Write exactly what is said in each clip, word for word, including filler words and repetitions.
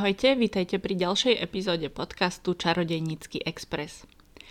Ahojte, vítajte pri ďalšej epizóde podcastu Čarodejnícky Express.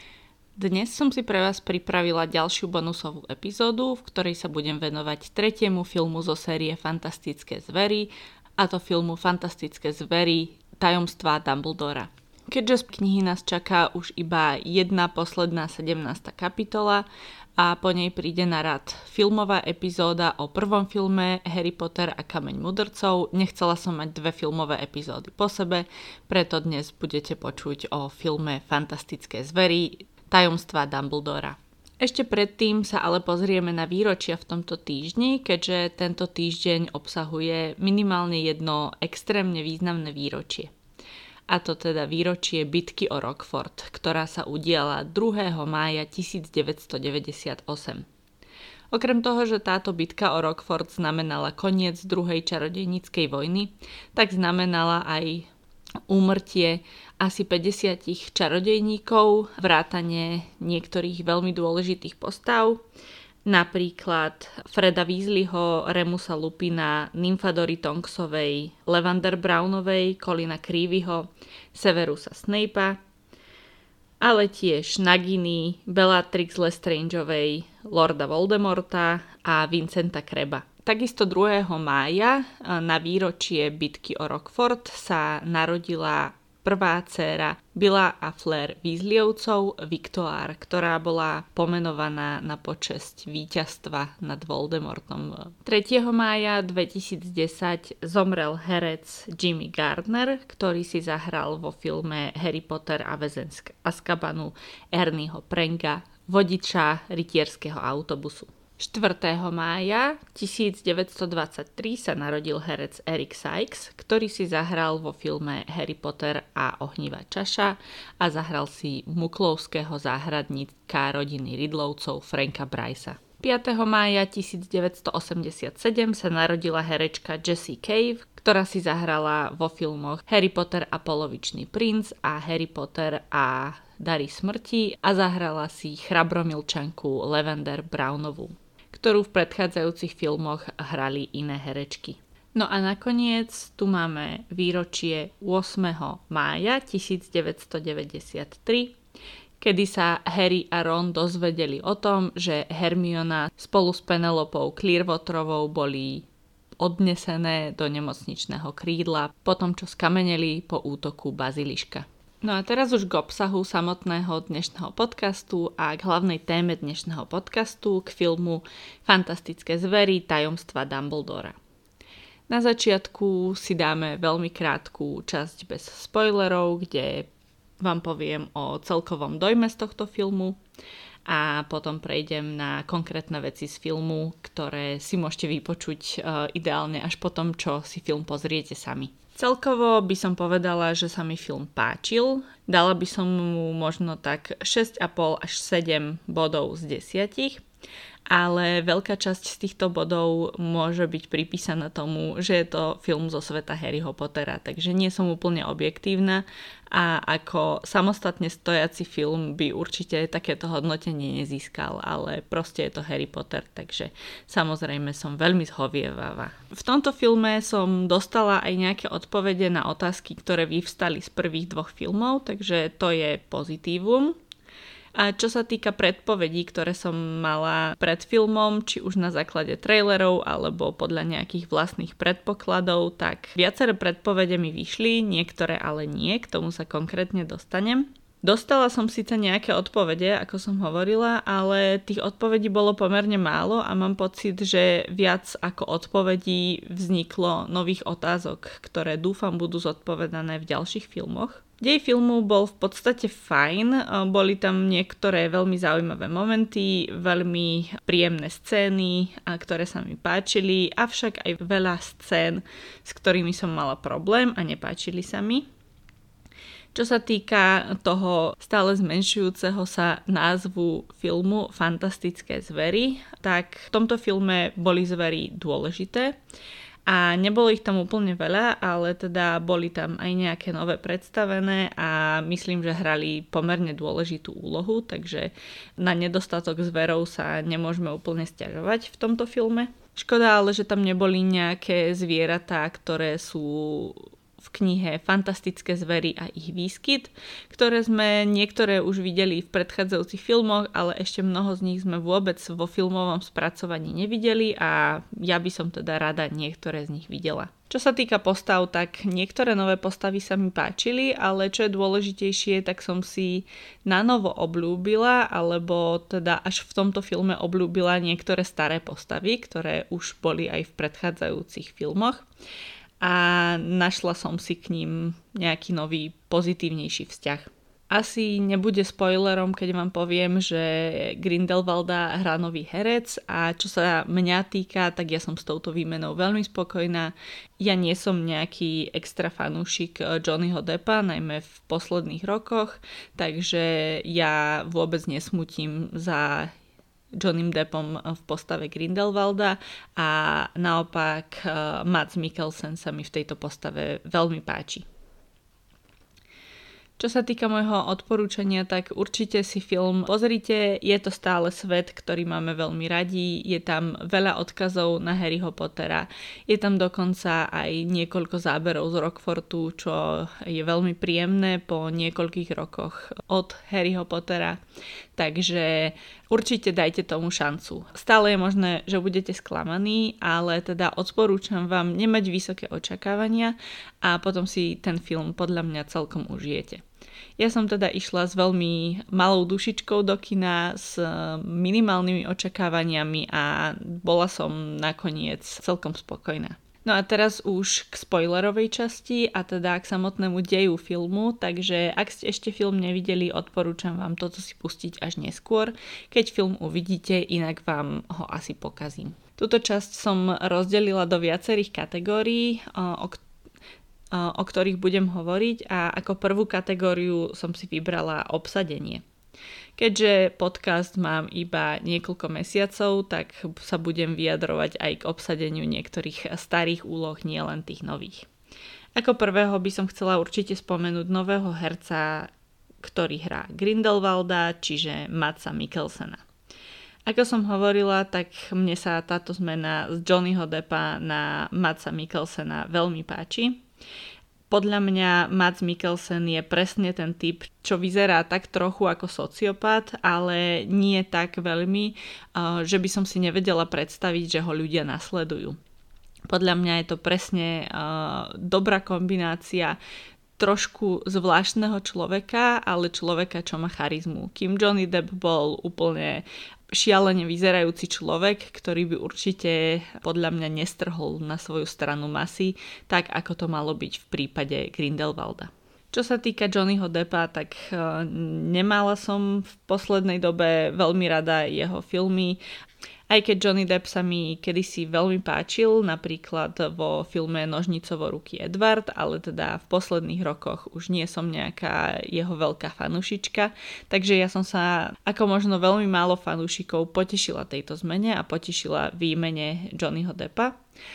Dnes som si pre vás pripravila ďalšiu bonusovú epizódu, v ktorej sa budem venovať tretiemu filmu zo série Fantastické zvery, a to filmu Fantastické zvery Tajomstvá Dumbledora. Keďže z knihy nás čaká už iba jedna posledná sedemnásta kapitola a po nej príde na rad filmová epizóda o prvom filme Harry Potter a Kameň mudrcov, nechcela som mať dve filmové epizódy po sebe, preto dnes budete počuť o filme Fantastické zvery Tajomstvá Dumbledora. Ešte predtým sa ale pozrieme na výročia v tomto týždni, keďže tento týždeň obsahuje minimálne jedno extrémne významné výročie. A to teda výročie bitky o Rockford, ktorá sa udiala druhého mája tisícdeväťstodeväťdesiatosem. Okrem toho, že táto bitka o Rockford znamenala koniec druhej čarodejníckej vojny, tak znamenala aj úmrtie asi päťdesiat čarodejníkov, vrátane niektorých veľmi dôležitých postav, napríklad Freda Weasleyho, Remusa Lupina, Nymfadory Tonksovej, Levander Brownovej, Colina Creevyho, Severusa Snape'a, ale tiež Naginy, Bellatrix Lestrangeovej, Lorda Voldemorta a Vincenta Kreba. Takisto druhého mája na výročie bitky o Rockford sa narodila prvá dcéra Billa a Fleur Weasleyovcov, Victoire, ktorá bola pomenovaná na počesť víťazstva nad Voldemortom. tretieho mája dvetisícdesať zomrel herec Jimmy Gardner, ktorý si zahral vo filme Harry Potter a väzeň z Azkabanu Ernieho Pranka, vodiča rytierského autobusu. štvrtého mája tisícdeväťstodvadsaťtri sa narodil herec Eric Sykes, ktorý si zahral vo filme Harry Potter a ohnivá čaša a zahral si muklovského záhradníka rodiny Riddlovcov Franka Brycea. piateho mája tisícdeväťstoosemdesiatsedem sa narodila herečka Jessie Cave, ktorá si zahrala vo filmoch Harry Potter a polovičný princ a Harry Potter a dary smrti a zahrala si chrabromilčanku Levander Brownovú, ktorú v predchádzajúcich filmoch hrali iné herečky. No a nakoniec tu máme výročie ôsmeho mája tisícdeväťstodeväťdesiattri, kedy sa Harry a Ron dozvedeli o tom, že Hermiona spolu s Penelopou Clearwaterovou boli odnesené do nemocničného krídla po tom, čo skameneli po útoku baziliška. No a teraz už k obsahu samotného dnešného podcastu a k hlavnej téme dnešného podcastu, k filmu Fantastické zvery Tajomstvá Dumbledora. Na začiatku si dáme veľmi krátku časť bez spoilerov, kde vám poviem o celkovom dojme z tohto filmu a potom prejdem na konkrétne veci z filmu, ktoré si môžete vypočuť uh, ideálne až po tom, čo si film pozriete sami. Celkovo by som povedala, že sa mi film páčil. Dala by som mu možno tak šesť a pol až sedem bodov z desiatich, ale veľká časť z týchto bodov môže byť pripísaná tomu, že je to film zo sveta Harryho Pottera, takže nie som úplne objektívna a ako samostatne stojaci film by určite takéto hodnotenie nezískal, ale proste je to Harry Potter, takže samozrejme som veľmi zhovievavá. V tomto filme som dostala aj nejaké odpovede na otázky, ktoré vyvstali z prvých dvoch filmov, takže to je pozitívum. A čo sa týka predpovedí, ktoré som mala pred filmom, či už na základe trailerov alebo podľa nejakých vlastných predpokladov, tak viaceré predpovede mi vyšli, niektoré ale nie, k tomu sa konkrétne dostanem. Dostala som síce nejaké odpovede, ako som hovorila, ale tých odpovedí bolo pomerne málo a mám pocit, že viac ako odpovedí vzniklo nových otázok, ktoré dúfam budú zodpovedané v ďalších filmoch. Dej filmu bol v podstate fajn, boli tam niektoré veľmi zaujímavé momenty, veľmi príjemné scény, ktoré sa mi páčili, avšak aj veľa scén, s ktorými som mala problém a nepáčili sa mi. Čo sa týka toho stále zmenšujúceho sa názvu filmu Fantastické zvery, tak v tomto filme boli zvery dôležité. A nebolo ich tam úplne veľa, ale teda boli tam aj nejaké nové predstavené a myslím, že hrali pomerne dôležitú úlohu, takže na nedostatok zverov sa nemôžeme úplne sťažovať v tomto filme. Škoda ale, že tam neboli nejaké zvieratá, ktoré sú v knihe Fantastické zvery a ich výskyt, ktoré sme niektoré už videli v predchádzajúcich filmoch, ale ešte mnoho z nich sme vôbec vo filmovom spracovaní nevideli a ja by som teda rada niektoré z nich videla. Čo sa týka postav, tak niektoré nové postavy sa mi páčili, ale čo je dôležitejšie, tak som si na novo obľúbila, alebo teda až v tomto filme obľúbila niektoré staré postavy, ktoré už boli aj v predchádzajúcich filmoch. A našla som si k ním nejaký nový pozitívnejší vzťah. Asi nebude spoilerom, keď vám poviem, že Grindelwalda hrá nový herec a čo sa mňa týka, tak ja som s touto výmenou veľmi spokojná. Ja nie som nejaký extra fanúšik Johnnyho Deppa, najmä v posledných rokoch, takže ja vôbec nesmutím za Johnnym Deppom v postave Grindelwalda a naopak Mads Mikkelsen sa mi v tejto postave veľmi páči. Čo sa týka môjho odporúčania, tak určite si film pozrite, je to stále svet, ktorý máme veľmi radi, je tam veľa odkazov na Harryho Pottera, je tam dokonca aj niekoľko záberov z Rockfortu, čo je veľmi príjemné po niekoľkých rokoch od Harryho Pottera, takže určite dajte tomu šancu. Stále je možné, že budete sklamaní, ale teda odporúčam vám nemať vysoké očakávania a potom si ten film podľa mňa celkom užijete. Ja som teda išla s veľmi malou dušičkou do kina, s minimálnymi očakávaniami a bola som nakoniec celkom spokojná. No a teraz už k spoilerovej časti a teda k samotnému deju filmu, takže ak ste ešte film nevideli, odporúčam vám toto si pustiť až neskôr, keď film uvidíte, inak vám ho asi pokazím. Túto časť som rozdelila do viacerých kategórií, o o ktorých budem hovoriť a ako prvú kategóriu som si vybrala obsadenie. Keďže podcast mám iba niekoľko mesiacov, tak sa budem vyjadrovať aj k obsadeniu niektorých starých úloh, nielen tých nových. Ako prvého by som chcela určite spomenúť nového herca, ktorý hrá Grindelwalda, čiže Madsa Mikkelsena. Ako som hovorila, tak mne sa táto zmena z Johnnyho Deppa na Madsa Mikkelsena veľmi páči. Podľa mňa Mads Mikkelsen je presne ten typ, čo vyzerá tak trochu ako sociopat, ale nie tak veľmi, že by som si nevedela predstaviť, že ho ľudia nasledujú. Podľa mňa je to presne dobrá kombinácia trošku zvláštneho človeka, ale človeka, čo má charizmu. Kým Johnny Depp bol úplne šialene vyzerajúci človek, ktorý by určite podľa mňa nestrhol na svoju stranu masy, tak ako to malo byť v prípade Grindelwalda. Čo sa týka Johnnyho Deppa, tak nemala som v poslednej dobe veľmi rada jeho filmy. Aj keď Johnny Depp sa mi kedysi veľmi páčil, napríklad vo filme Nožnicovo ruky Edward, ale teda v posledných rokoch už nie som nejaká jeho veľká fanúšička, takže ja som sa ako možno veľmi málo fanúšikov potešila tejto zmene a potešila výmene Johnnyho Deppa.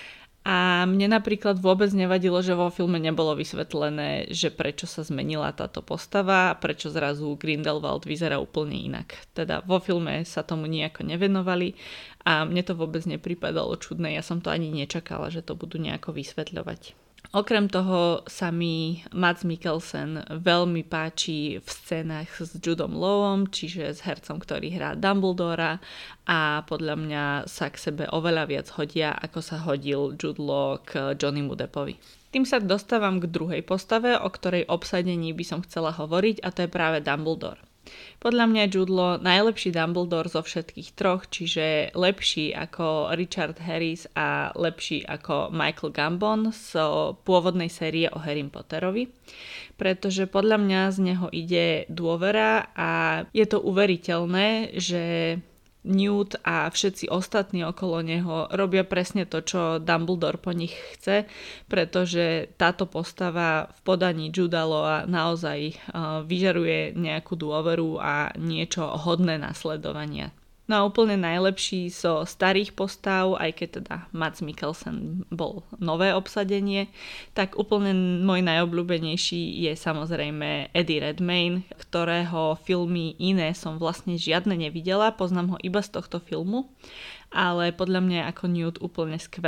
A mne napríklad vôbec nevadilo, že vo filme nebolo vysvetlené, že prečo sa zmenila táto postava, prečo zrazu Grindelwald vyzerá úplne inak. Teda vo filme sa tomu nejako nevenovali a mne to vôbec nepripadalo čudné, ja som to ani nečakala, že to budú nejako vysvetľovať. Okrem toho sa mi Mads Mikkelsen veľmi páči v scénach s Judom Lawom, čiže s hercom, ktorý hrá Dumbledora a podľa mňa sa k sebe oveľa viac hodia, ako sa hodil Jude Law k Johnnymu Deppovi. Tým sa dostávam k druhej postave, o ktorej obsadení by som chcela hovoriť a to je práve Dumbledore. Podľa mňa Jude Law najlepší Dumbledore zo všetkých troch, čiže lepší ako Richard Harris a lepší ako Michael Gambon z pôvodnej série o Harrym Potterovi, pretože podľa mňa z neho ide dôvera a je to uveriteľné, že Newt a všetci ostatní okolo neho robia presne to, čo Dumbledore po nich chce, pretože táto postava v podaní Juda Lawa naozaj uh, vyžaruje nejakú dôveru a niečo hodné nasledovania. No a úplne najlepší zo starých postav, aj keď teda Mads Mikkelsen bol nové obsadenie, tak úplne môj najobľúbenejší je samozrejme Eddie Redmayne, ktorého filmy iné som vlastne žiadne nevidela, poznám ho iba z tohto filmu, ale podľa mňa je ako Newt úplne skvelý.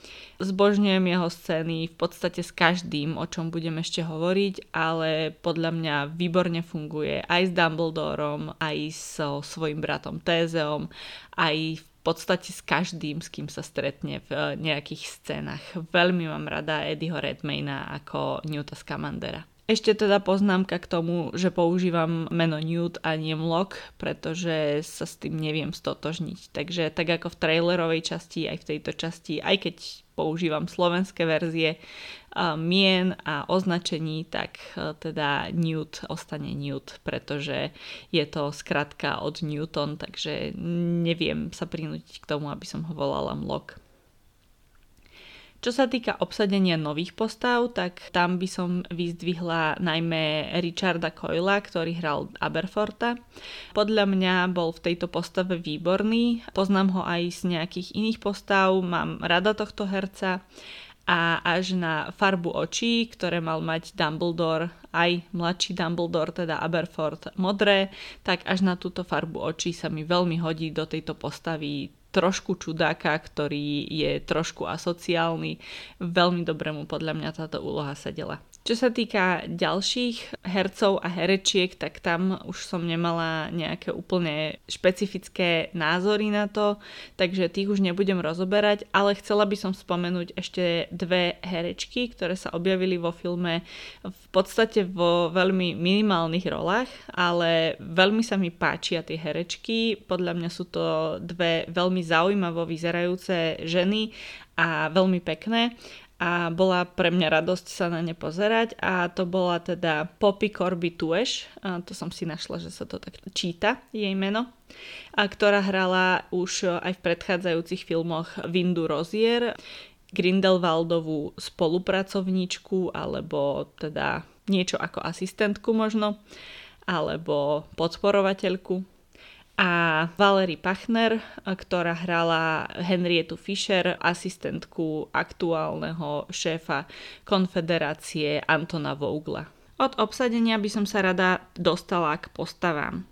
Zbožňujem jeho scény v podstate s každým, o čom budem ešte hovoriť, ale podľa mňa výborne funguje aj s Dumbledorom, aj so svojím bratom Tézeom, aj v podstate s každým, s kým sa stretne v nejakých scénach. Veľmi mám rada Eddieho Redmayna ako Newta Scamandera. Ešte teda poznámka k tomu, že používam meno Newt a nie Mlok, pretože sa s tým neviem stotožniť. Takže tak ako v trailerovej časti, aj v tejto časti, aj keď používam slovenské verzie uh, mien a označení, tak uh, teda Newt ostane Newt, pretože je to skratka od Newton, takže neviem sa prinútiť k tomu, aby som ho volala Mlok. Čo sa týka obsadenia nových postav, tak tam by som vyzdvihla najmä Richarda Coyla, ktorý hral Aberforta. Podľa mňa bol v tejto postave výborný. Poznám ho aj z nejakých iných postav, mám rada tohto herca. A až na farbu očí, ktoré mal mať Dumbledore, aj mladší Dumbledore, teda Aberfort modré, tak až na túto farbu očí sa mi veľmi hodí do tejto postavy trošku čudáka, ktorý je trošku asociálny. Veľmi dobre mu podľa mňa táto úloha sedela. Čo sa týka ďalších hercov a herečiek, tak tam už som nemala nejaké úplne špecifické názory na to, takže tých už nebudem rozoberať, ale chcela by som spomenúť ešte dve herečky, ktoré sa objavili vo filme v podstate vo veľmi minimálnych rolách, ale veľmi sa mi páčia tie herečky. Podľa mňa sú to dve veľmi zaujímavo vyzerajúce ženy a veľmi pekné. A bola pre mňa radosť sa na ne pozerať a to bola teda Poppy Corby-Tueš, a to som si našla, že sa to tak číta, jej meno, a ktorá hrala už aj v predchádzajúcich filmoch Windu Rozier, Grindelwaldovú spolupracovníčku, alebo teda niečo ako asistentku možno, alebo podporovateľku. A Valerie Pachner, ktorá hrala Henrietu Fisher, asistentku aktuálneho šéfa konfederácie Antona Vogla. Od obsadenia by som sa rada dostala k postavám.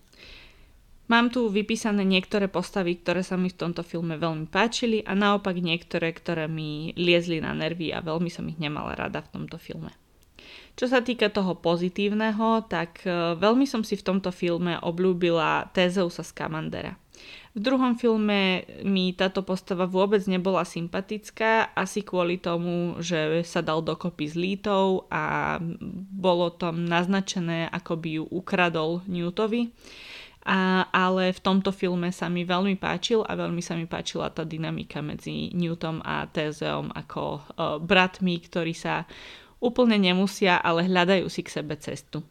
Mám tu vypísané niektoré postavy, ktoré sa mi v tomto filme veľmi páčili a naopak niektoré, ktoré mi liezli na nervy a veľmi som ich nemala rada v tomto filme. Čo sa týka toho pozitívneho, tak veľmi som si v tomto filme obľúbila Thézeusa Scamandera. V druhom filme mi táto postava vôbec nebola sympatická, asi kvôli tomu, že sa dal dokopy s Lítou a bolo tam naznačené, ako by ju ukradol Newtovi. A, ale v tomto filme sa mi veľmi páčil a veľmi sa mi páčila tá dynamika medzi Newtom a Thézeom ako uh, bratmi, ktorí sa úplne nemusia, ale hľadajú si k sebe cestu.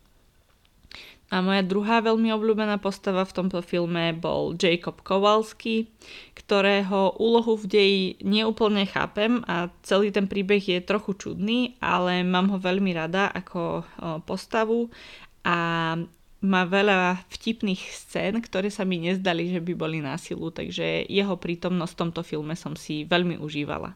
A moja druhá veľmi obľúbená postava v tomto filme bol Jacob Kowalski, ktorého úlohu v deji neúplne chápem a celý ten príbeh je trochu čudný, ale mám ho veľmi rada ako postavu a má veľa vtipných scén, ktoré sa mi nezdali, že by boli na silu, takže jeho prítomnosť v tomto filme som si veľmi užívala.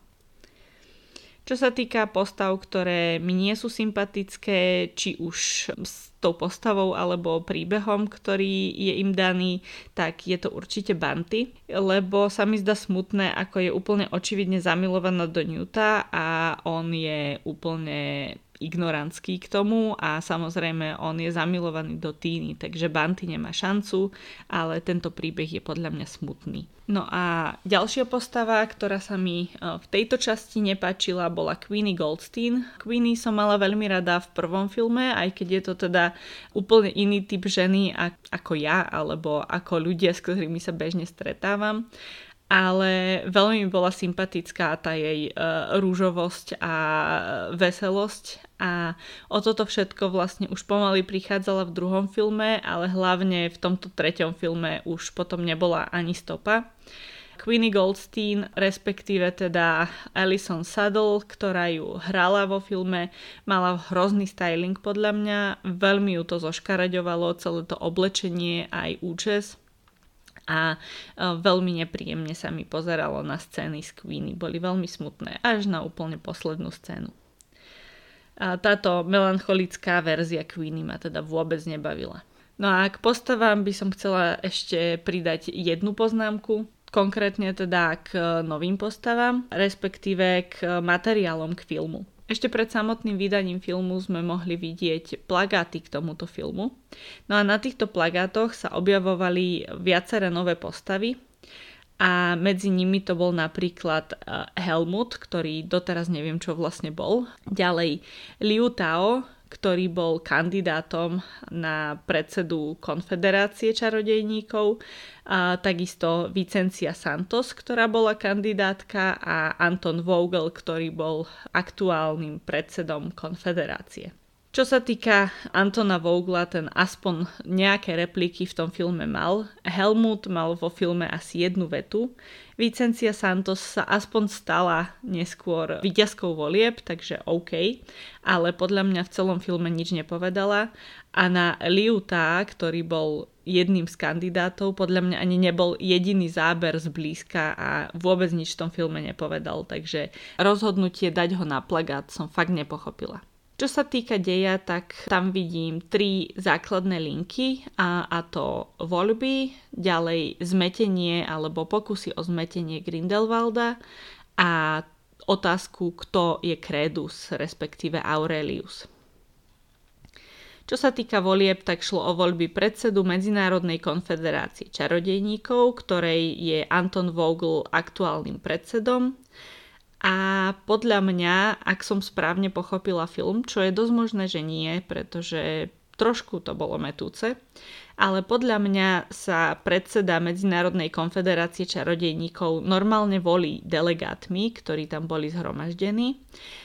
Čo sa týka postav, ktoré mi nie sú sympatické, či už s tou postavou alebo príbehom, ktorý je im daný, tak je to určite Bunty, lebo sa mi zdá smutné, ako je úplne očividne zamilovaná do Newta a on je úplne ignorantský k tomu a samozrejme on je zamilovaný do Tíny, takže Bunty nemá šancu, ale tento príbeh je podľa mňa smutný. No a ďalšia postava, ktorá sa mi v tejto časti nepáčila, bola Queenie Goldstein. Queenie som mala veľmi rada v prvom filme, aj keď je to teda úplne iný typ ženy ako ja, alebo ako ľudia, s ktorými sa bežne stretávam. Ale veľmi bola sympatická tá jej uh, rúžovosť a veselosť a o toto všetko vlastne už pomaly prichádzala v druhom filme, ale hlavne v tomto treťom filme už potom nebola ani stopa. Queenie Goldstein, respektíve teda Alison Saddle, ktorá ju hrala vo filme, mala hrozný styling podľa mňa, veľmi ju to zoškaraďovalo, celé to oblečenie aj účes. A veľmi nepríjemne sa mi pozeralo na scény z Queenie. Boli veľmi smutné, až na úplne poslednú scénu. A táto melancholická verzia Queenie ma teda vôbec nebavila. No a k postavám by som chcela ešte pridať jednu poznámku. konkrétne teda k novým postavám, respektíve k materiálom k filmu. Ešte pred samotným vydaním filmu sme mohli vidieť plagáty k tomuto filmu. No a na týchto plagátoch sa objavovali viaceré nové postavy a medzi nimi to bol napríklad Helmut, ktorý doteraz neviem, čo vlastne bol. Ďalej Liu Tao, ktorý bol kandidátom na predsedu Konfederácie čarodejníkov, a takisto Vicencia Santos, ktorá bola kandidátka, a Anton Vogel, ktorý bol aktuálnym predsedom Konfederácie. Čo sa týka Antona Vogla, ten aspoň nejaké repliky v tom filme mal. Helmut mal vo filme asi jednu vetu. Vicencia Santos sa aspoň stala neskôr víťazkou volieb, takže OK, ale podľa mňa v celom filme nič nepovedala. A na Liu Ta, ktorý bol jedným z kandidátov, podľa mňa ani nebol jediný záber zblízka a vôbec nič v tom filme nepovedal, takže rozhodnutie dať ho na plagát som fakt nepochopila. Čo sa týka deja, tak tam vidím tri základné linky, a, a to voľby, ďalej zmetenie alebo pokusy o zmetenie Grindelwalda a otázku, kto je Kredus, respektíve Aurelius. Čo sa týka volieb, tak šlo o voľby predsedu Medzinárodnej konfederácie čarodejníkov, ktorej je Anton Vogel aktuálnym predsedom. A podľa mňa, ak som správne pochopila film, čo je dosť možné, že nie, pretože trošku to bolo mätúce, ale podľa mňa sa predseda Medzinárodnej konfederácie čarodejníkov normálne volí delegátmi, ktorí tam boli zhromaždení,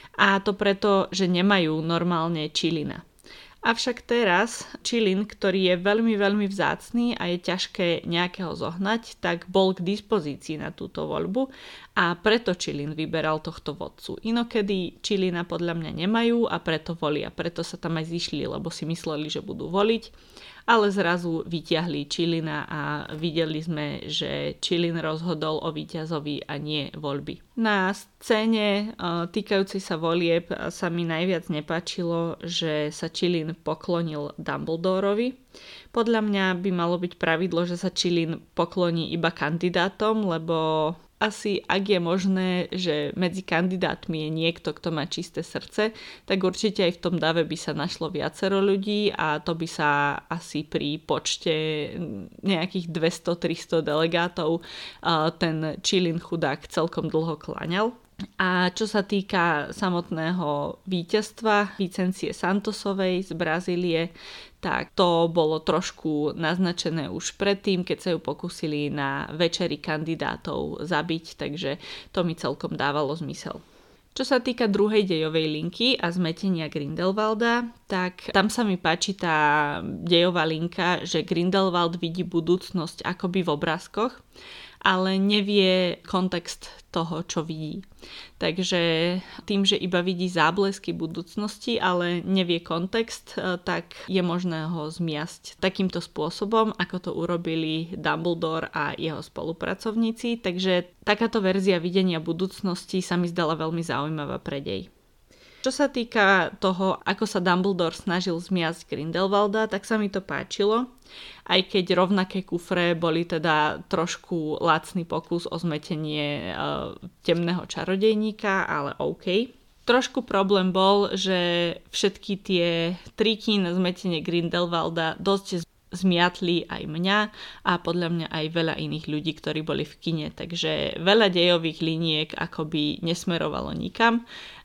a to preto, že nemajú normálne Čilina. Avšak teraz Čilin, ktorý je veľmi, veľmi vzácny a je ťažké nejakého zohnať, tak bol k dispozícii na túto voľbu a preto Čilin vyberal tohto vodcu. Inokedy Čilina podľa mňa nemajú a preto volia. Preto sa tam aj zišli, lebo si mysleli, že budú voliť, ale zrazu vyťahli Čilina a videli sme, že Čilin rozhodol o víťazovi a nie voľby. Na scéne týkajúcej sa volieb sa mi najviac nepáčilo, že sa Čilin poklonil Dumbledorovi. Podľa mňa by malo byť pravidlo, že sa Čilin pokloní iba kandidátom, lebo asi ak je možné, že medzi kandidátmi je niekto, kto má čisté srdce, tak určite aj v tom dave by sa našlo viacero ľudí a to by sa asi pri počte nejakých dvesto tristo delegátov ten Čilin chudák celkom dlho kláňal. A čo sa týka samotného víťazstva Vicencie Santosovej z Brazílie, tak to bolo trošku naznačené už predtým, keď sa ju pokúsili na večeri kandidátov zabiť, takže to mi celkom dávalo zmysel. Čo sa týka druhej dejovej linky a zmetenia Grindelwalda, tak tam sa mi páči tá dejová linka, že Grindelwald vidí budúcnosť akoby v obrázkoch, ale nevie kontext toho, čo vidí. Takže tým, že iba vidí záblesky budúcnosti, ale nevie kontext, tak je možné ho zmiasť takýmto spôsobom, ako to urobili Dumbledore a jeho spolupracovníci. Takže takáto verzia videnia budúcnosti sa mi zdala veľmi zaujímavá pre dej. Čo sa týka toho, ako sa Dumbledore snažil zmiasť Grindelwalda, tak sa mi to páčilo. Aj keď rovnaké kufre boli teda trošku lacný pokus o zmetenie e, temného čarodejníka, ale OK. Trošku problém bol, že všetky tie triky na zmetenie Grindelwalda dosť zmiatli aj mňa a podľa mňa aj veľa iných ľudí, ktorí boli v kine. Takže veľa dejových liniek akoby nesmerovalo nikam,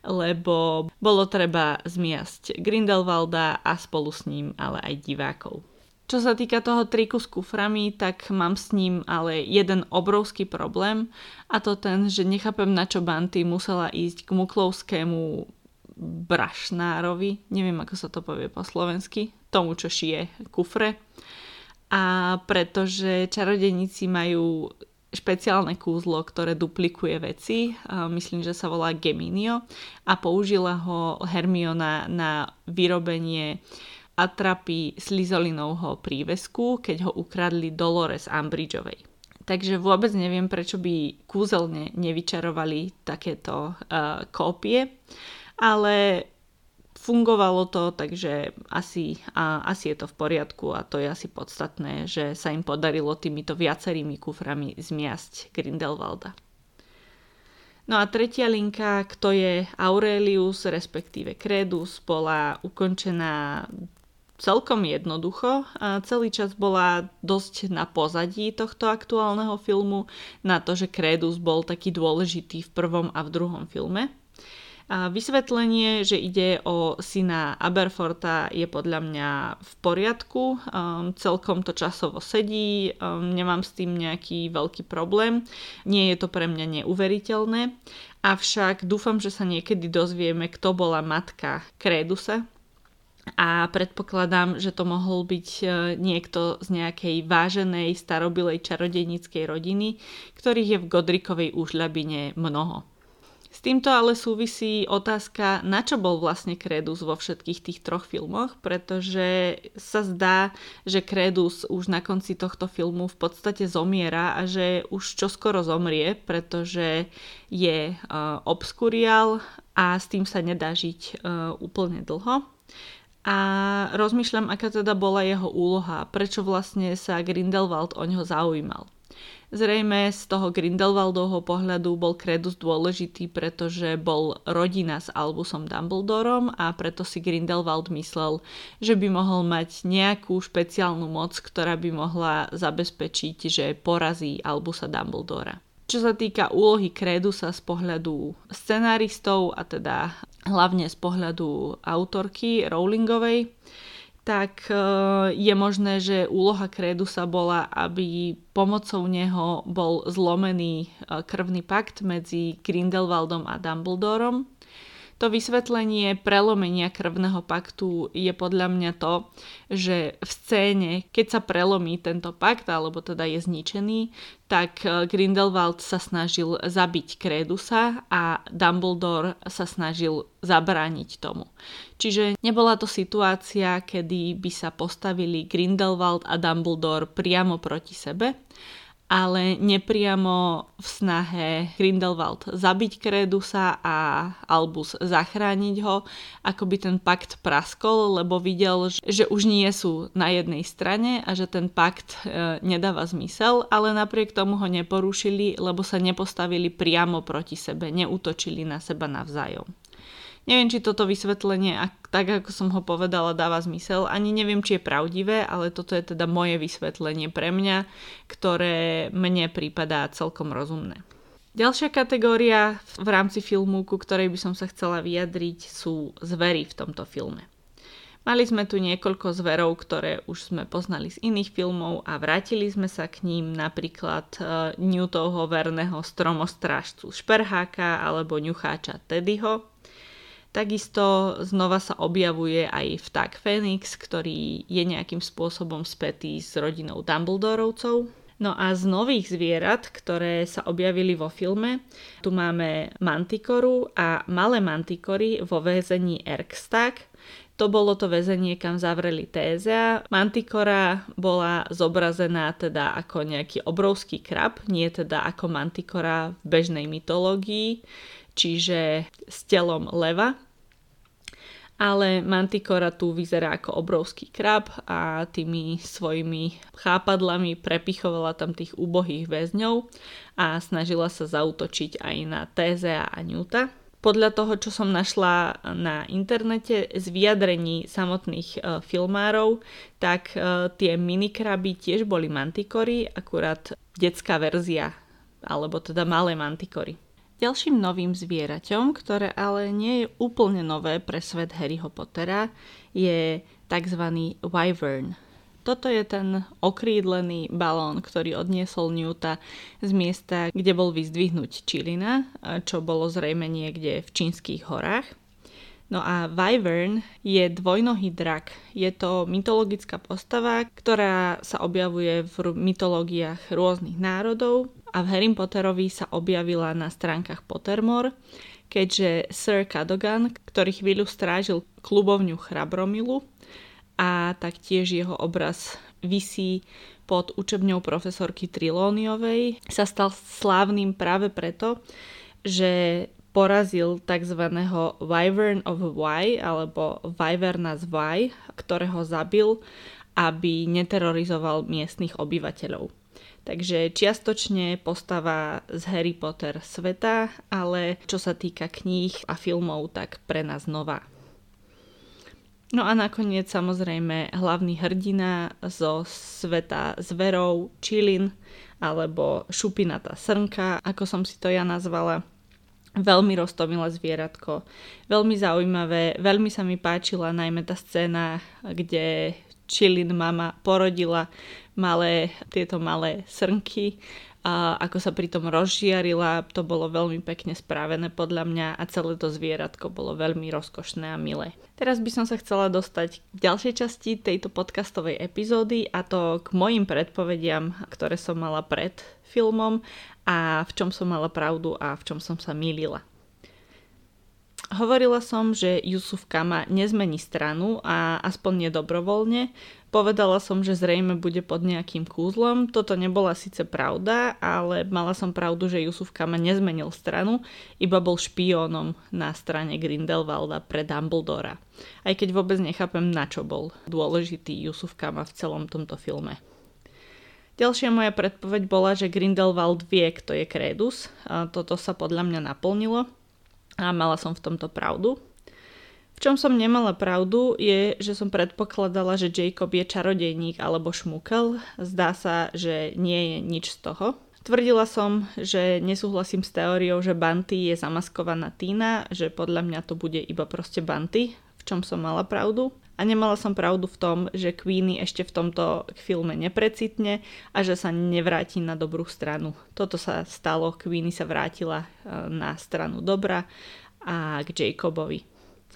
lebo bolo treba zmiasť Grindelwalda a spolu s ním ale aj divákov. Čo sa týka toho triku s kuframi, tak mám s ním ale jeden obrovský problém a to ten, že nechápem, na čo Banty musela ísť k muklovskému brašnárovi, neviem ako sa to povie po slovensky, tomu čo šije kufre. A pretože čarodejníci majú špeciálne kúzlo, ktoré duplikuje veci, myslím, že sa volá Geminio a použila ho Hermiona na vyrobenie atrapy Slizolinovho prívesku, keď ho ukradli Dolores Umbridgeovej. Takže vôbec neviem, prečo by kúzelne nevyčarovali takéto uh, kópie, ale fungovalo to, takže asi, a, asi je to v poriadku a to je asi podstatné, že sa im podarilo týmito viacerými kuframi zmiasť Grindelwalda. No a tretia linka, kto je Aurelius, respektíve Credus, bola ukončená celkom jednoducho. A celý čas bola dosť na pozadí tohto aktuálneho filmu, na to, že Credus bol taký dôležitý v prvom a v druhom filme. A vysvetlenie, že ide o syna Aberforta, je podľa mňa v poriadku. Um, celkom to časovo sedí, um, nemám s tým nejaký veľký problém. Nie je to pre mňa neuveriteľné. Avšak dúfam, že sa niekedy dozvieme, kto bola matka Credusa. A predpokladám, že to mohol byť niekto z nejakej váženej starobilej čarodejníckej rodiny, ktorých je v Godricovej úžľabine mnoho. S týmto ale súvisí otázka, na čo bol vlastne Credus vo všetkých tých troch filmoch, pretože sa zdá, že Credus už na konci tohto filmu v podstate zomiera a že už čoskoro zomrie, pretože je uh, obskurial a s tým sa nedá žiť uh, úplne dlho. A rozmýšľam, aká teda bola jeho úloha, prečo vlastne sa Grindelwald o ňoho zaujímal. Zrejme z toho Grindelwaldovho pohľadu bol Credus dôležitý, pretože bol rodina s Albusom Dumbledorom a preto si Grindelwald myslel, že by mohol mať nejakú špeciálnu moc, ktorá by mohla zabezpečiť, že porazí Albusa Dumbledora. Čo sa týka úlohy Credusa z pohľadu scenáristov a teda hlavne z pohľadu autorky Rowlingovej, tak je možné, že úloha Credusa bola, aby pomocou neho bol zlomený krvný pakt medzi Grindelwaldom a Dumbledorom. To vysvetlenie prelomenia krvného paktu je podľa mňa to, že v scéne, keď sa prelomí tento pakt, alebo teda je zničený, tak Grindelwald sa snažil zabiť Credusa a Dumbledore sa snažil zabrániť tomu. Čiže nebola to situácia, kedy by sa postavili Grindelwald a Dumbledore priamo proti sebe, ale nepriamo v snahe Grindelwald zabiť Credusa a Albus zachrániť ho, ako by ten pakt praskol, lebo videl, že už nie sú na jednej strane a že ten pakt e, nedáva zmysel, ale napriek tomu ho neporušili, lebo sa nepostavili priamo proti sebe, neútočili na seba navzájom. Neviem, či toto vysvetlenie, tak ako som ho povedala, dáva zmysel. Ani neviem, či je pravdivé, ale toto je teda moje vysvetlenie pre mňa, ktoré mne prípadá celkom rozumné. Ďalšia kategória v rámci filmu, ku ktorej by som sa chcela vyjadriť, sú zvery v tomto filme. Mali sme tu niekoľko zverov, ktoré už sme poznali z iných filmov a vrátili sme sa k ním, napríklad uh, Newtovho verného stromostrážcu Šperháka alebo ňucháča Teddyho. Takisto znova sa objavuje aj vták Fénix, ktorý je nejakým spôsobom spätý s rodinou Dumbledorovcov. No a z nových zvierat, ktoré sa objavili vo filme, tu máme Mantikoru a malé Mantikory vo väzení Erkstag. To bolo to väzenie, kam zavreli Tézea. Mantikora bola zobrazená teda ako nejaký obrovský krab, nie teda ako Mantikora v bežnej mytológii, čiže s telom leva. Ale Mantikora tu vyzerá ako obrovský krab a tými svojimi chápadlami prepichovala tam tých úbohých väzňov a snažila sa zaútočiť aj na Tézea a Newta. Podľa toho, čo som našla na internete z vyjadrení samotných e, filmárov, tak e, tie minikraby tiež boli Mantikory, akurát detská verzia, alebo teda malé Mantikory. Ďalším novým zvieraťom, ktoré ale nie je úplne nové pre svet Harryho Pottera, je tzv. Wyvern. Toto je ten okrídlený balón, ktorý odniesol Newta z miesta, kde bol vyzdvihnúť Čilina, čo bolo zrejme niekde v čínskych horách. No a Wyvern je dvojnohý drak. Je to mytologická postava, ktorá sa objavuje v mytológiách rôznych národov a v Harry Potterovi sa objavila na stránkach Pottermore, keďže Sir Cadogan, ktorý chvíľu strážil klubovňu Chrabromilu a taktiež jeho obraz visí pod učebňou profesorky Trelawneyovej, sa stal slávnym práve preto, že porazil tzv. Wyvern of Wye alebo Wyverna z Wye, ktorého zabil, aby neterorizoval miestnych obyvateľov. Takže čiastočne postava z Harry Potter sveta, ale čo sa týka kníh a filmov, tak pre nás nová. No a nakoniec samozrejme hlavný hrdina zo sveta zverov Čilin alebo šupinatá srnka, ako som si to ja nazvala. Veľmi roztomilé zvieratko, veľmi zaujímavé, veľmi sa mi páčila najmä tá scéna, kde Čilin mama porodila malé, tieto malé srnky a ako sa pritom rozžiarila, to bolo veľmi pekne spravené podľa mňa a celé to zvieratko bolo veľmi rozkošné a milé. Teraz by som sa chcela dostať k ďalšej časti tejto podcastovej epizódy a to k mojim predpovediam, ktoré som mala pred filmom a v čom som mala pravdu a v čom som sa mýlila. Hovorila som, že Jusuf Kama nezmení stranu a aspoň nedobrovoľne. Povedala som, že zrejme bude pod nejakým kúzlom. Toto nebola síce pravda, ale mala som pravdu, že Jusuf Kama nezmenil stranu, iba bol špiónom na strane Grindelwalda pre Dumbledora. Aj keď vôbec nechápem, na čo bol dôležitý Jusuf Kama v celom tomto filme. Ďalšia moja predpoveď bola, že Grindelwald vie, kto je Kredus. A toto sa podľa mňa naplnilo. A mala som v tomto pravdu. V čom som nemala pravdu je, že som predpokladala, že Jacob je čarodejník alebo šmukel. Zdá sa, že nie je nič z toho. Tvrdila som, že nesúhlasím s teóriou, že Banty je zamaskovaná Tina, že podľa mňa to bude iba proste Banty, v čom som mala pravdu. A nemala som pravdu v tom, že Queenie ešte v tomto filme neprecitne a že sa nevráti na dobrú stranu. Toto sa stalo, Queenie sa vrátila na stranu dobra a k Jacobovi.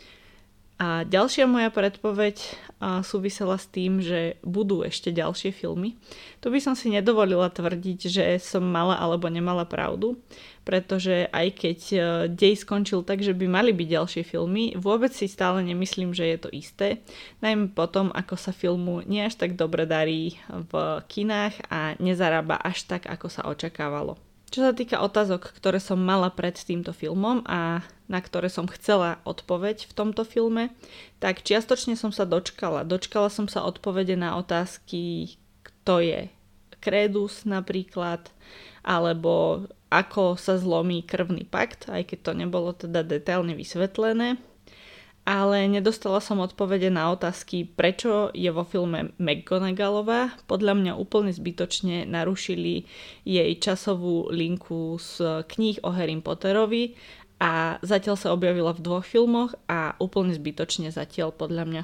A ďalšia moja predpoveď súvisela s tým, že budú ešte ďalšie filmy. Tu by som si nedovolila tvrdiť, že som mala alebo nemala pravdu, pretože aj keď dej skončil tak, že by mali byť ďalšie filmy, vôbec si stále nemyslím, že je to isté. Najmä potom, ako sa filmu nie až tak dobre darí v kinách a nezarába až tak, ako sa očakávalo. Čo sa týka otázok, ktoré som mala pred týmto filmom a na ktoré som chcela odpoveď v tomto filme, tak čiastočne som sa dočkala. Dočkala som sa odpovede na otázky, kto je Kredus napríklad, alebo ako sa zlomí krvný pakt, aj keď to nebolo teda detailne vysvetlené. Ale nedostala som odpovede na otázky, prečo je vo filme McGonagallová. Podľa mňa úplne zbytočne narušili jej časovú linku z kníh o Harry Potterovi a zatiaľ sa objavila v dvoch filmoch a úplne zbytočne zatiaľ podľa mňa.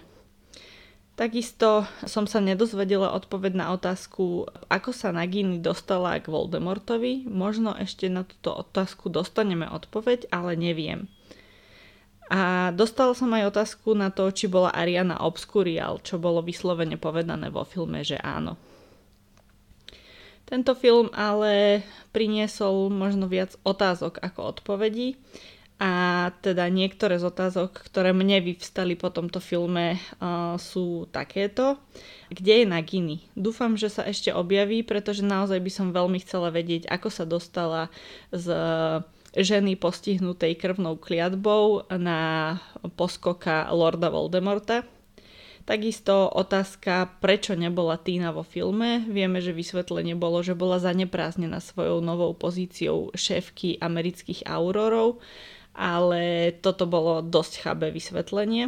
Takisto som sa nedozvedela odpoveď na otázku, ako sa Nagini dostala k Voldemortovi. Možno ešte na túto otázku dostaneme odpoveď, ale neviem. A dostala som aj otázku na to, či bola Ariana Obscurial, čo bolo vyslovene povedané vo filme, že áno. Tento film ale priniesol možno viac otázok ako odpovedí a teda niektoré z otázok, ktoré mne vyvstali po tomto filme, uh, sú takéto. Kde je Nagini? Dúfam, že sa ešte objaví, pretože naozaj by som veľmi chcela vedieť, ako sa dostala z ženy postihnutej krvnou kliatbou na poskoka Lorda Voldemorta. Takisto otázka, prečo nebola Tina vo filme. Vieme, že vysvetlenie bolo, že bola zaneprázdnená svojou novou pozíciou šéfky amerických aurorov, ale toto bolo dosť chabé vysvetlenie.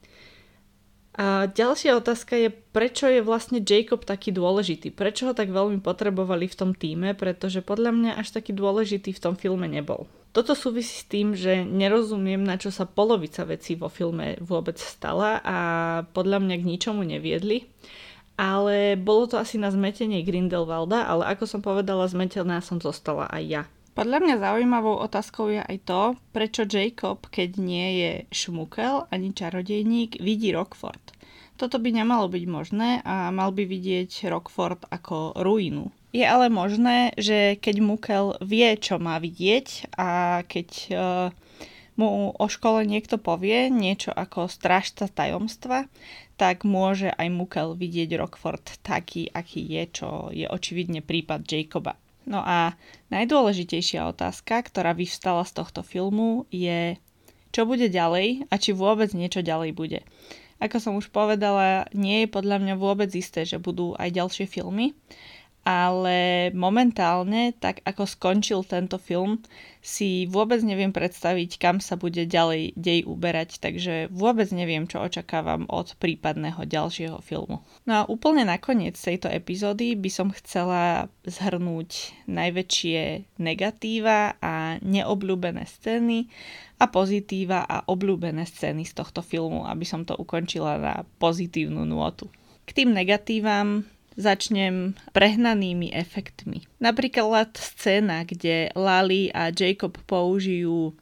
A ďalšia otázka je, prečo je vlastne Jacob taký dôležitý? Prečo ho tak veľmi potrebovali v tom tíme? Pretože podľa mňa až taký dôležitý v tom filme nebol. Toto súvisí s tým, že nerozumiem, na čo sa polovica vecí vo filme vôbec stala a podľa mňa k ničomu neviedli. Ale bolo to asi na zmetenie Grindelwalda, ale ako som povedala, zmetená som zostala aj ja. Podľa mňa zaujímavou otázkou je aj to, prečo Jacob, keď nie je šmukel ani čarodejník, vidí Rockford. Toto by nemalo byť možné a mal by vidieť Rockford ako ruínu. Je ale možné, že keď Mukel vie, čo má vidieť a keď uh, mu o škole niekto povie niečo ako strážca tajomstva, tak môže aj Mukel vidieť Rockford taký, aký je, čo je očividne prípad Jacoba. No a najdôležitejšia otázka, ktorá vyvstala z tohto filmu je, čo bude ďalej a či vôbec niečo ďalej bude. Ako som už povedala, nie je podľa mňa vôbec isté, že budú aj ďalšie filmy, ale momentálne, tak ako skončil tento film, si vôbec neviem predstaviť, kam sa bude ďalej dej uberať, takže vôbec neviem, čo očakávam od prípadného ďalšieho filmu. No a úplne nakoniec tejto epizódy by som chcela zhrnúť najväčšie negatíva a neobľúbené scény a pozitíva a obľúbené scény z tohto filmu, aby som to ukončila na pozitívnu nôtu. K tým negatívam začnem prehnanými efektmi. Napríklad scéna, kde Lali a Jacob použijú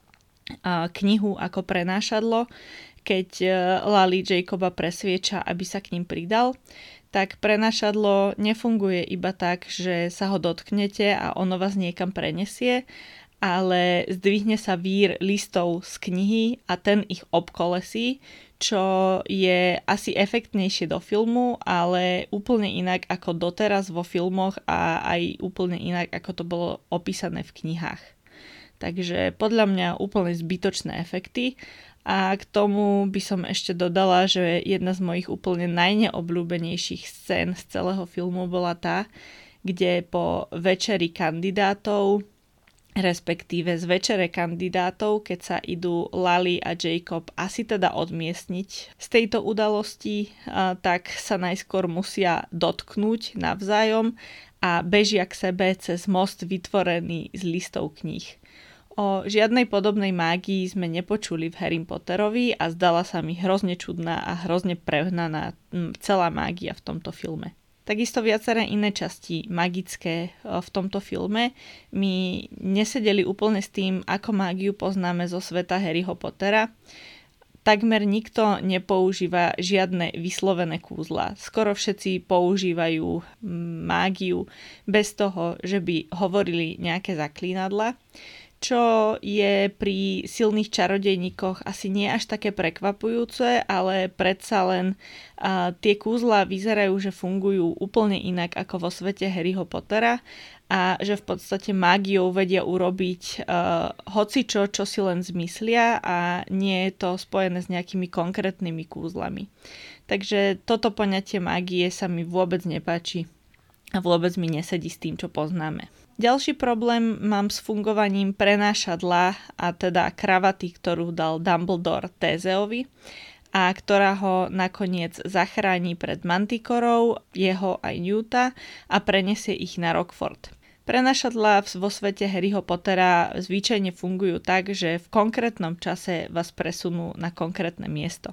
knihu ako prenášadlo, keď Lali Jacoba presvieča, aby sa k ním pridal, tak prenášadlo nefunguje iba tak, že sa ho dotknete a ono vás niekam prenesie, ale zdvihne sa vír listov z knihy a ten ich obkolesí, čo je asi efektnejšie do filmu, ale úplne inak ako doteraz vo filmoch a aj úplne inak ako to bolo opísané v knihách. Takže podľa mňa úplne zbytočné efekty a k tomu by som ešte dodala, že jedna z mojich úplne najneobľúbenejších scén z celého filmu bola tá, kde po večeri kandidátov respektíve z večere kandidátov, keď sa idú Lali a Jacob asi teda odmiestniť z tejto udalosti, tak sa najskôr musia dotknúť navzájom a bežia k sebe cez most vytvorený z listov kníh. O žiadnej podobnej mágii sme nepočuli v Harry Potterovi a zdala sa mi hrozne čudná a hrozne prehnaná celá mágia v tomto filme. Takisto viaceré iné časti magické v tomto filme mi nesedeli úplne s tým, ako mágiu poznáme zo sveta Harryho Pottera. Takmer nikto nepoužíva žiadne vyslovené kúzla. Skoro všetci používajú mágiu bez toho, že by hovorili nejaké zaklínadla, čo je pri silných čarodejníkoch asi nie až také prekvapujúce, ale predsa len a, tie kúzla vyzerajú, že fungujú úplne inak ako vo svete Harryho Pottera a že v podstate mágiou vedia urobiť uh, hocičo, čo si len zmyslia a nie je to spojené s nejakými konkrétnymi kúzlami. Takže toto poňatie mágie sa mi vôbec nepáči a vôbec mi nesedí s tým, čo poznáme. Ďalší problém mám s fungovaním prenášadla a teda kravaty, ktorú dal Dumbledore Tézeovi a ktorá ho nakoniec zachráni pred Mantikorou, jeho aj Newta a prenesie ich na Rockford. Prenášadlá vo svete Harryho Pottera zvyčajne fungujú tak, že v konkrétnom čase vás presunú na konkrétne miesto.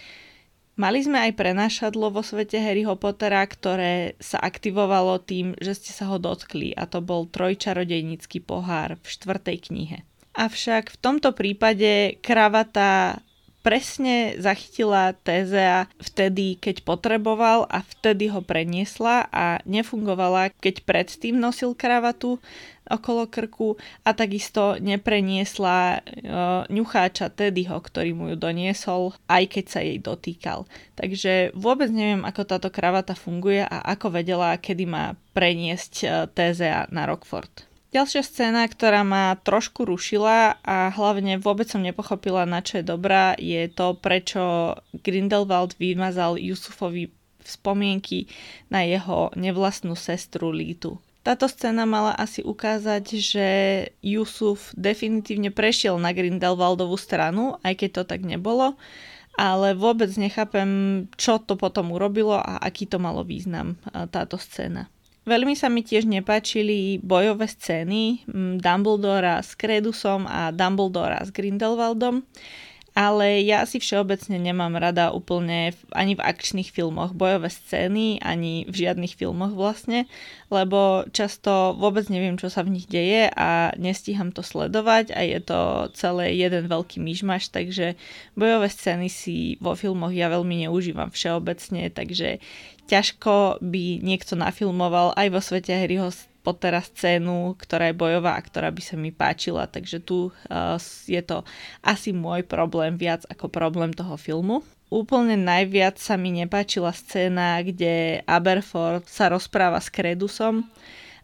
Mali sme aj prenášadlo vo svete Harryho Pottera, ktoré sa aktivovalo tým, že ste sa ho dotkli a to bol trojčarodejnícky pohár v štvrtej knihe. Avšak v tomto prípade kravata presne zachytila Tézea vtedy, keď potreboval a vtedy ho preniesla a nefungovala, keď predtým nosil kravatu okolo krku a takisto nepreniesla uh, ňucháča Teddyho, ktorý mu ju doniesol, aj keď sa jej dotýkal. Takže vôbec neviem, ako táto kravata funguje a ako vedela, kedy má preniesť uh, Tézea na Rockford. Ďalšia scéna, ktorá ma trošku rušila a hlavne vôbec som nepochopila, na čo je dobrá, je to, prečo Grindelwald vymazal Yusufovi spomienky na jeho nevlastnú sestru Lítu. Táto scéna mala asi ukázať, že Yusuf definitívne prešiel na Grindelwaldovú stranu, aj keď to tak nebolo, ale vôbec nechápem, čo to potom urobilo a aký to malo význam táto scéna. Veľmi sa mi tiež nepáčili bojové scény Dumbledora s Credusom a Dumbledora s Grindelwaldom, ale ja si všeobecne nemám rada úplne ani v akčných filmoch bojové scény, ani v žiadnych filmoch vlastne, lebo často vôbec neviem, čo sa v nich deje a nestíham to sledovať a je to celé jeden veľký myšmaš, takže bojové scény si vo filmoch ja veľmi neužívam všeobecne, takže ťažko by niekto nafilmoval aj vo svete Harryho Pottera scénu, ktorá je bojová a ktorá by sa mi páčila, takže tu uh, je to asi môj problém viac ako problém toho filmu. Úplne najviac sa mi nepáčila scéna, kde Aberforth sa rozpráva s Credusom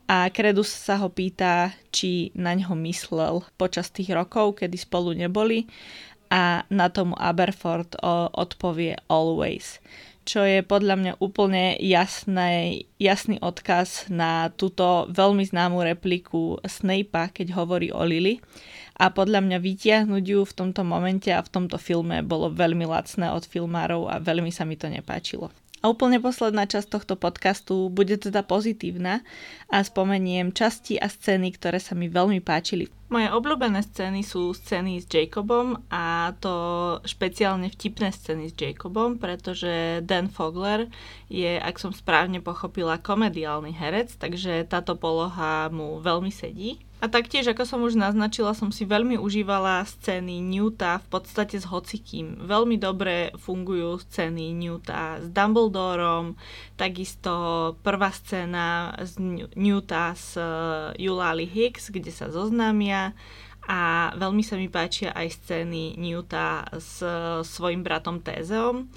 a Credus sa ho pýta, či na ňo myslel počas tých rokov, kedy spolu neboli, a na tomu Aberforth odpovie always, čo je podľa mňa úplne jasný, jasný odkaz na túto veľmi známú repliku Snape'a, keď hovorí o Lily. A podľa mňa vytiahnuť ju v tomto momente a v tomto filme bolo veľmi lacné od filmárov a veľmi sa mi to nepáčilo. A úplne posledná časť tohto podcastu bude teda pozitívna a spomeniem časti a scény, ktoré sa mi veľmi páčili. Moje obľúbené scény sú scény s Jacobom, a to špeciálne vtipné scény s Jacobom, pretože Dan Fogler je, ak som správne pochopila, komediálny herec, takže táto poloha mu veľmi sedí. A taktiež, ako som už naznačila, som si veľmi užívala scény Newta v podstate s hocikým. Veľmi dobre fungujú scény Newta s Dumbledorom, takisto prvá scéna z Newta s Eulalie Hicks, kde sa zoznámia, a veľmi sa mi páčia aj scény Newta s svojim bratom Tézeom.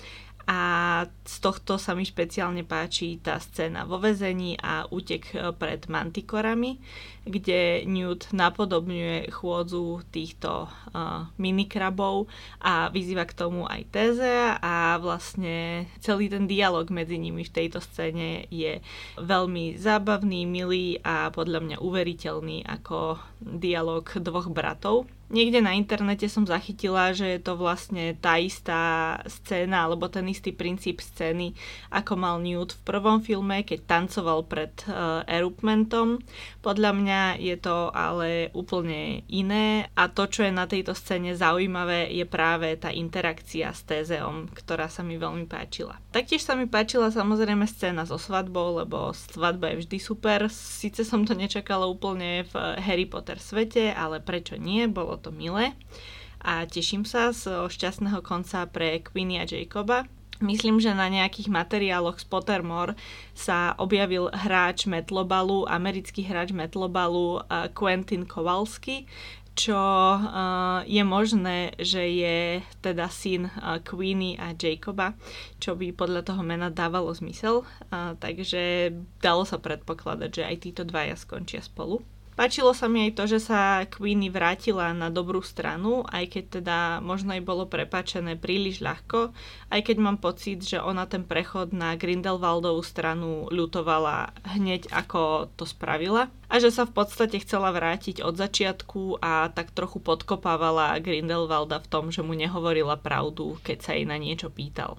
A z tohto sa mi špeciálne páči tá scéna vo väzení a útek pred mantikorami, kde Newt napodobňuje chôdzu týchto uh, minikrabov a vyzýva k tomu aj Tézea, a vlastne celý ten dialog medzi nimi v tejto scéne je veľmi zábavný, milý a podľa mňa uveriteľný ako dialog dvoch bratov. Niekde na internete som zachytila, že je to vlastne tá istá scéna alebo ten istý princíp scény, ako mal Newt v prvom filme, keď tancoval pred uh, erupmentom. Podľa mňa je to ale úplne iné, a to, čo je na tejto scéne zaujímavé, je práve tá interakcia s Tézeom, ktorá sa mi veľmi páčila. Taktiež sa mi páčila samozrejme scéna so svadbou, lebo svadba je vždy super. Sice som to nečakala úplne v Harry Potter svete, ale prečo nie, bolo to milé a teším sa z šťastného konca pre Queenie a Jacoba. Myslím, že na nejakých materiáloch z Pottermore sa objavil hráč Metlobalu, americký hráč Metlobalu Quentin Kowalski, čo uh, je možné, že je teda syn uh, Queenie a Jacoba, čo by podľa toho mena dávalo zmysel, uh, takže dalo sa predpokladať, že aj títo dvaja skončia spolu. Páčilo sa mi aj to, že sa Queenie vrátila na dobrú stranu, aj keď teda možno aj bolo prepáčené príliš ľahko, aj keď mám pocit, že ona ten prechod na Grindelwaldovú stranu ľutovala hneď ako to spravila a že sa v podstate chcela vrátiť od začiatku a tak trochu podkopávala Grindelwalda v tom, že mu nehovorila pravdu, keď sa jej na niečo pýtal.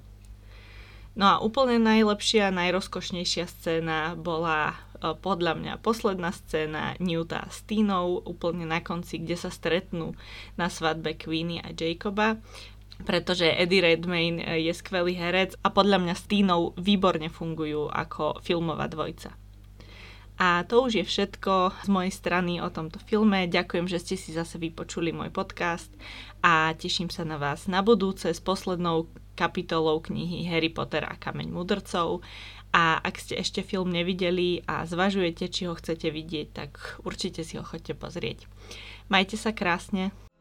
No a úplne najlepšia, najrozkošnejšia scéna bola podľa mňa posledná scéna Newta s Tinou úplne na konci, kde sa stretnú na svadbe Queenie a Jacoba, pretože Eddie Redmayne je skvelý herec a podľa mňa s Tinou výborne fungujú ako filmová dvojca. A to už je všetko z mojej strany o tomto filme. Ďakujem, že ste si zase vypočuli môj podcast a teším sa na vás na budúce s poslednou kapitolou knihy Harry Potter a Kameň mudrcov. A ak ste ešte film nevideli a zvažujete, či ho chcete vidieť, tak určite si ho choďte pozrieť. Majte sa krásne.